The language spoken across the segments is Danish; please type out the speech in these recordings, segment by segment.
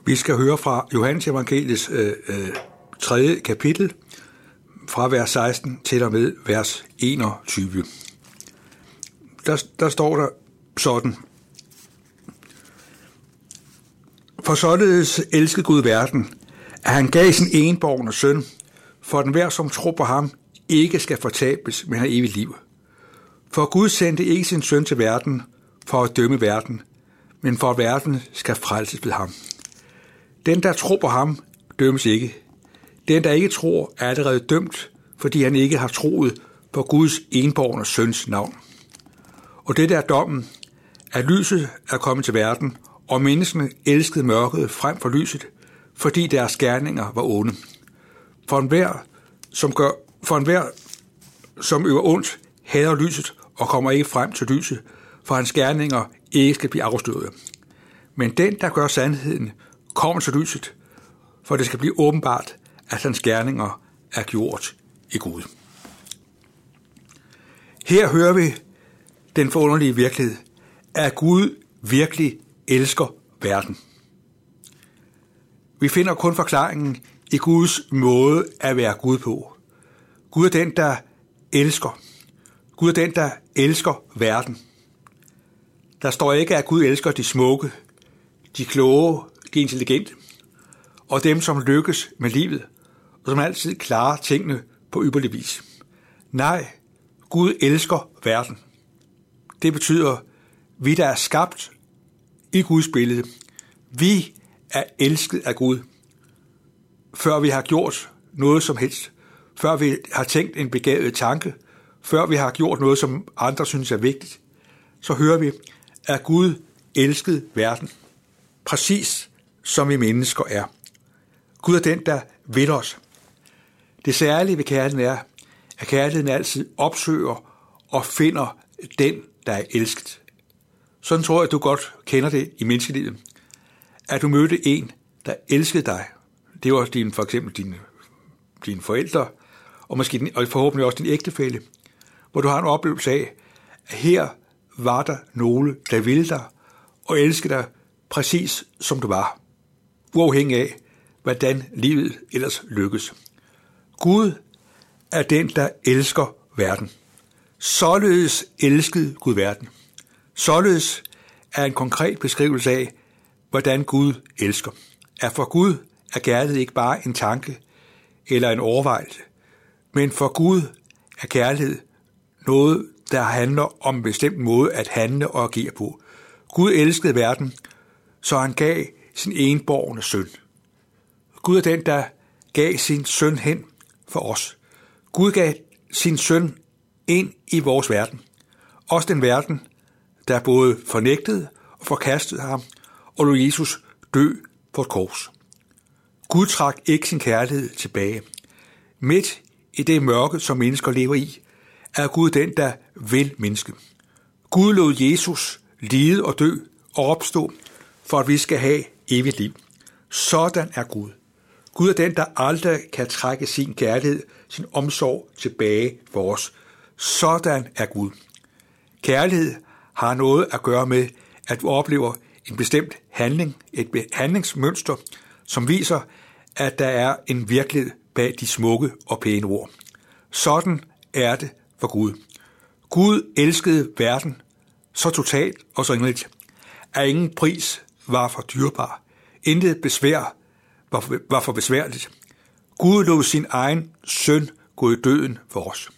Vi skal høre fra Johannes Evangeliets 3. kapitel, fra vers 16 til og med vers 21. Der står der sådan: For således elskede Gud verden, at han gav sin enbårne søn, for den hver, som tror på ham, ikke skal fortabes, men har evigt liv. For Gud sendte ikke sin søn til verden for at dømme verden, men for at verden skal frelses ved ham. Den, der tror på ham, dømmes ikke. Den, der ikke tror, er allerede dømt, fordi han ikke har troet på Guds enbårne søns navn. Og det er dommen, at lyset er kommet til verden, og menneskene elskede mørket frem for lyset, fordi deres gerninger var onde. For enhver, som øver ondt, hader lyset og kommer ikke frem til lyset, for hans gerninger ikke skal blive afsløret. Men den, der gør sandheden, kommer til lyset, for det skal blive åbenbart, at hans gerninger er gjort i Gud. Her hører vi den forunderlige virkelighed, at Gud virkelig elsker verden. Vi finder kun forklaringen i Guds måde at være Gud på. Gud er den, der elsker. Gud er den, der elsker verden. Der står ikke, at Gud elsker de smukke, de kloge, de intelligente, og dem, som lykkes med livet, og som altid klarer tingene på ypperlig vis. Nej, Gud elsker verden. Det betyder, vi der er skabt i Guds billede. Vi er elsket af Gud, før vi har gjort noget som helst, før vi har tænkt en begavet tanke, før vi har gjort noget, som andre synes er vigtigt, så hører vi, at Gud elskede verden, præcis som vi mennesker er. Gud er den, der vil os. Det særlige ved kærligheden er, at kærligheden altid opsøger og finder den, der er elsket. Sådan tror jeg, at du godt kender det i menneskelivet. At du mødte en, der elskede dig. Det var for eksempel dine forældre, og forhåbentlig også din ægtefælle, hvor du har en oplevelse af, at her var der nogle, der ville dig og elskede dig præcis som du var, uafhængig af, hvordan livet ellers lykkes. Gud er den, der elsker verden. Således elskede Gud verden. Således er en konkret beskrivelse af, hvordan Gud elsker. At for Gud er kærlighed ikke bare en tanke eller en overvejelse, men for Gud er kærlighed noget, der handler om en bestemt måde at handle og agere på. Gud elskede verden, så han gav sin enbårne søn. Gud er den, der gav sin søn hen for os. Gud gav sin søn ind i vores verden. Også den verden, der både fornægtede og forkastede ham, og lod Jesus dø på et kors. Gud trak ikke sin kærlighed tilbage. Midt i det mørke, som mennesker lever i, er Gud den, der vil menneske. Gud lod Jesus lide og dø og opstå, for at vi skal have evigt liv. Sådan er Gud. Gud er den, der aldrig kan trække sin kærlighed, sin omsorg tilbage for os. Sådan er Gud. Kærlighed har noget at gøre med, at du oplever en bestemt handling, et handlingsmønster, som viser, at der er en virkelighed bag de smukke og pæne ord. Sådan er det for Gud. Gud elskede verden så totalt og så inderligt, at ingen pris var for dyrbar. Intet besvær var for besværligt. Gud lod sin egen søn gå i døden for os.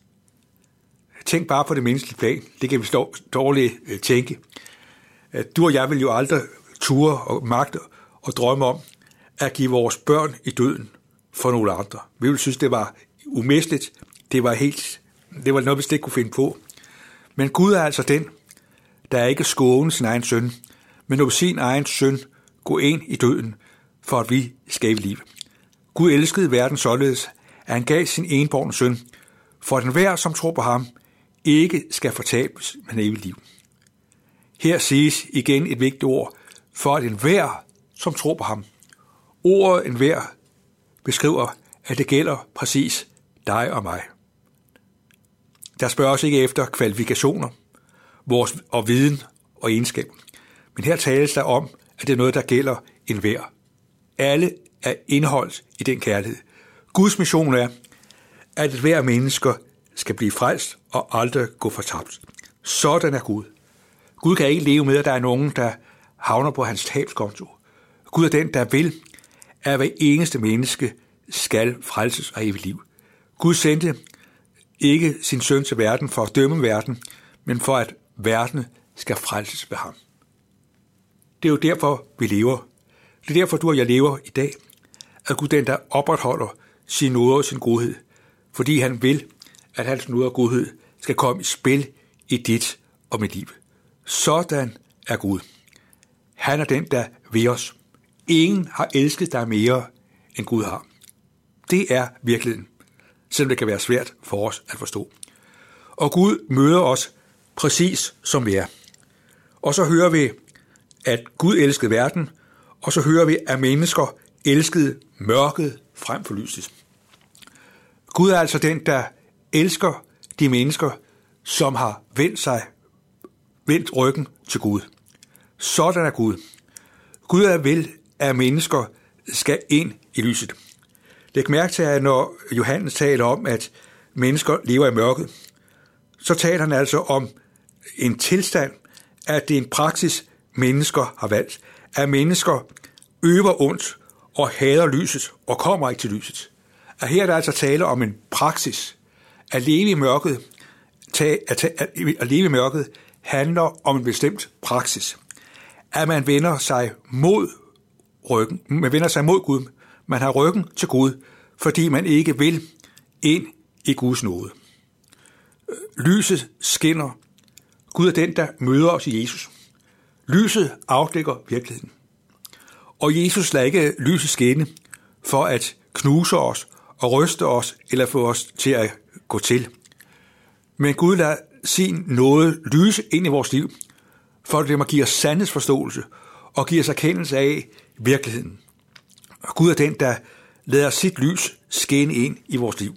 Tænk bare på det menneskelige plan. Det kan vi dårligt tænke. Du og jeg vil jo aldrig ture og magte og drømme om at give vores børn i døden for nogle andre. Vi ville synes, det var umæsteligt. Det var noget, vi slet ikke kunne finde på. Men Gud er altså den, der ikke skåner sin egen søn, men lod sin egen søn gå ind i døden, for at vi skal liv. Gud elskede verden således, at han gav sin enbårne søn, for at enhver, som tror på ham, ikke skal fortabes, men evigt liv. Her siges igen et vigtigt ord, for at enhver, som tror på ham. Ordet enhver beskriver, at det gælder præcis dig og mig. Der spørges ikke efter kvalifikationer, og viden og egenskaber. Men her tales der om, at det er noget, der gælder enhver. Alle er indeholdt i den kærlighed. Guds mission er, at hver menneske skal blive frelst og aldrig gå fortabt. Sådan er Gud. Gud kan ikke leve med, at der er nogen, der havner på hans tabskonto. Gud er den, der vil, at hver eneste menneske skal frelses af evigt liv. Gud sendte ikke sin søn til verden for at dømme verden, men for at verden skal frelses ved ham. Det er jo derfor, vi lever. Det er derfor, du og jeg lever i dag. At Gud den, der opretholder sin nåde og sin godhed, fordi han vil, at hans nåde og godhed skal komme i spil i dit og mit liv. Sådan er Gud. Han er den, der ved os. Ingen har elsket dig mere, end Gud har. Det er virkeligheden, selvom det kan være svært for os at forstå. Og Gud møder os præcis som vi er. Og så hører vi, at Gud elskede verden, og så hører vi, at mennesker elskede mørket frem for lyset. Gud er altså den, der elsker de mennesker, som har vendt ryggen til Gud. Sådan er Gud. Gud er vil, at mennesker skal ind i lyset. Læg mærke til, at når Johannes taler om, at mennesker lever i mørket, så taler han altså om en tilstand, at det er en praksis, mennesker har valgt. At mennesker øver ondt og hader lyset og kommer ikke til lyset. At her er der altså tale om en praksis. At leve i mørket, at leve i mørket handler om en bestemt praksis. At man vender sig mod ryggen. Man vender sig mod Gud. Man har ryggen til Gud, fordi man ikke vil ind i Guds nåde. Lyset skinner. Gud er den, der møder os i Jesus. Lyset afdækker virkeligheden. Og Jesus lader ikke lyset skinne for at knuse os og ryste os eller få os til at gå til. Men Gud lader sin nåde lyse ind i vores liv, for at det må give os sandhedsforståelse og give os erkendelse af virkeligheden. Og Gud er den, der lader sit lys skinne ind i vores liv.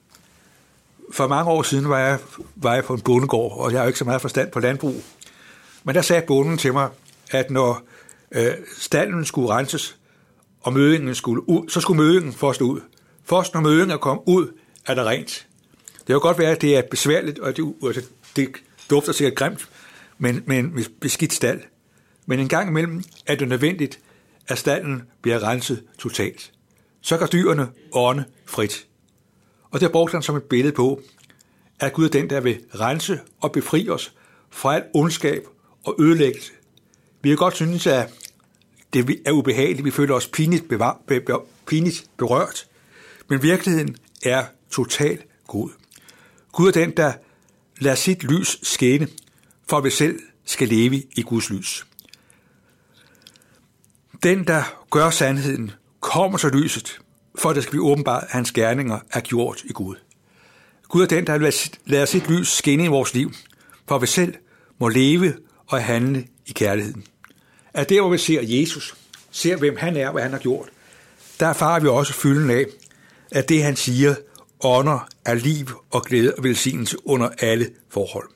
For mange år siden var jeg på en bondegård, og jeg har jo ikke så meget forstand på landbrug. Men der sagde bonden til mig, at når stalden skulle renses, og mødingen skulle ud, så skulle mødingen først ud. Først når mødingen er kommet ud, er der rent. Det kan godt være, at det er besværligt, og det dufter sikkert grimt, men beskidt stald. Men en gang imellem er det nødvendigt, at stalden bliver renset totalt. Så kan dyrene ånde frit. Og det brugte han som et billede på, at Gud er den, der vil rense og befri os fra al ondskab og ødelæggelse. Vi kan godt synes, at det er ubehageligt, vi føler os pinligt berørt, men virkeligheden er totalt god. Gud er den, der lader sit lys skinne, for at vi selv skal leve i Guds lys. Den, der gør sandheden, kommer til lyset, for at det skal blive åbenbart, at hans gerninger er gjort i Gud. Gud er den, der lader sit lys skinne i vores liv, for at vi selv må leve og handle i kærligheden. At der, hvor vi ser Jesus, ser hvem han er, hvad han har gjort, der erfarer vi også fylden af, at det han siger, ånder af liv og glæde og velsignelse under alle forhold.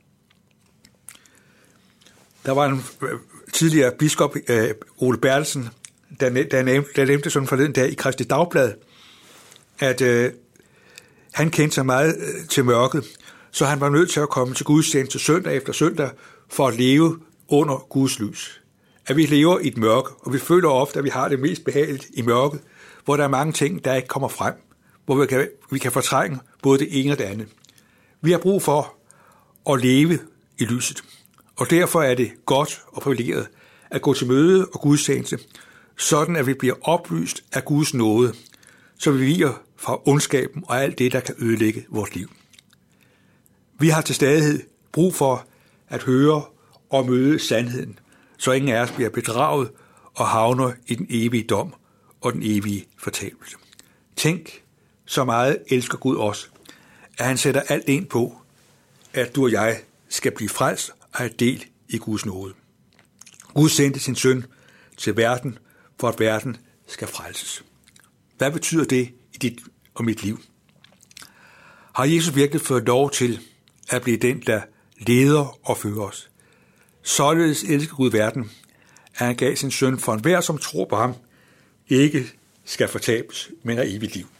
Der var en tidligere biskop, Ole Bertelsen, der nævnte sådan forleden der i Kristi Dagblad, at han kendte sig meget til mørket, så han var nødt til at komme til gudstjeneste søndag efter søndag for at leve under Guds lys. At vi lever i et mørke, og vi føler ofte, at vi har det mest behageligt i mørket, hvor der er mange ting, der ikke kommer frem, hvor vi kan fortrænge både det ene og det andet. Vi har brug for at leve i lyset, og derfor er det godt og privilegeret at gå til møde og gudstjeneste, sådan at vi bliver oplyst af Guds nåde, så vi viger fra ondskaben og alt det, der kan ødelægge vores liv. Vi har til stadighed brug for at høre og møde sandheden, så ingen af os bliver bedraget og havner i den evige dom og den evige fortabelse. Tænk, så meget elsker Gud os, at han sætter alt ind på, at du og jeg skal blive frelst og have del i Guds nåde. Gud sendte sin søn til verden, for at verden skal frelses. Hvad betyder det i dit og mit liv? Har Jesus virkelig fået lov til at blive den, der leder og fører os? Således elsker Gud verden, at han gav sin søn for enhver, som tror på ham, ikke skal fortabes, men har evigt liv.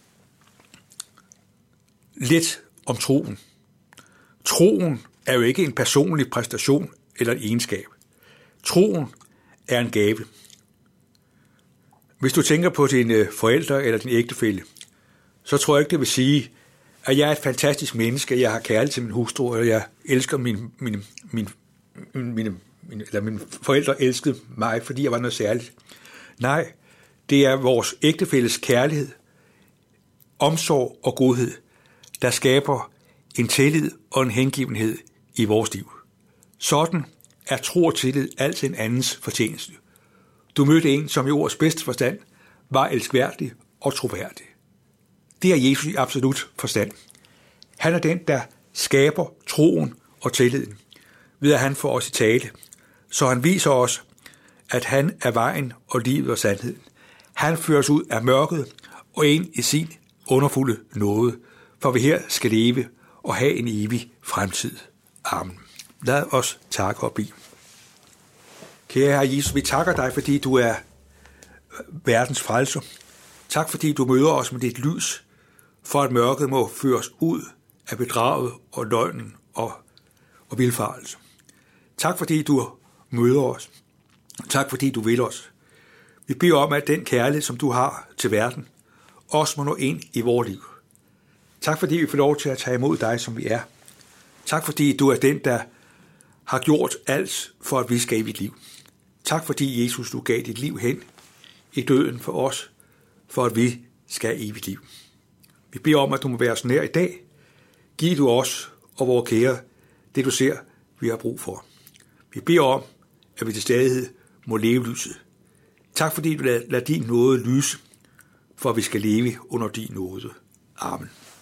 Lidt om troen. Troen er jo ikke en personlig præstation eller en egenskab. Troen er en gave. Hvis du tænker på dine forældre eller din ægtefælle, så tror jeg ikke, det vil sige, at jeg er et fantastisk menneske, jeg har kærlighed til min hustru, eller jeg elsker mine forældre elskede mig, fordi jeg var noget særligt. Nej, det er vores ægtefælles kærlighed, omsorg og godhed, der skaber en tillid og en hengivenhed i vores liv. Sådan er tro og tillid altid en andens fortjeneste. Du mødte en, som i ordets bedste forstand var elskværdig og troværdig. Det er Jesus i absolut forstand. Han er den, der skaber troen og tilliden, ved at han får os i tale. Så han viser os, at han er vejen og livet og sandheden. Han fører os ud af mørket og ind i sin underfulde nåde, for vi her skal leve og have en evig fremtid. Amen. Lad os takke og bede. Kære Herre Jesus, vi takker dig, fordi du er verdens frelser. Tak, fordi du møder os med dit lys, for at mørket må føre os ud af bedraget og løgnen og vildfarelse. Tak, fordi du møder os. Tak, fordi du vil os. Vi beder om, at den kærlighed, som du har til verden, også må nå ind i vores liv. Tak, fordi vi får lov til at tage imod dig, som vi er. Tak, fordi du er den, der har gjort alt for, at vi skal i evigt liv. Tak, fordi Jesus, du gav dit liv hen i døden for os, for at vi skal i evigt liv. Vi beder om, at du må være os nær i dag. Giv du os og vores kære det, du ser, vi har brug for. Vi beder om, at vi til stadighed må leve lyset. Tak, fordi du lader din nåde lyse, for at vi skal leve under din nåde. Amen.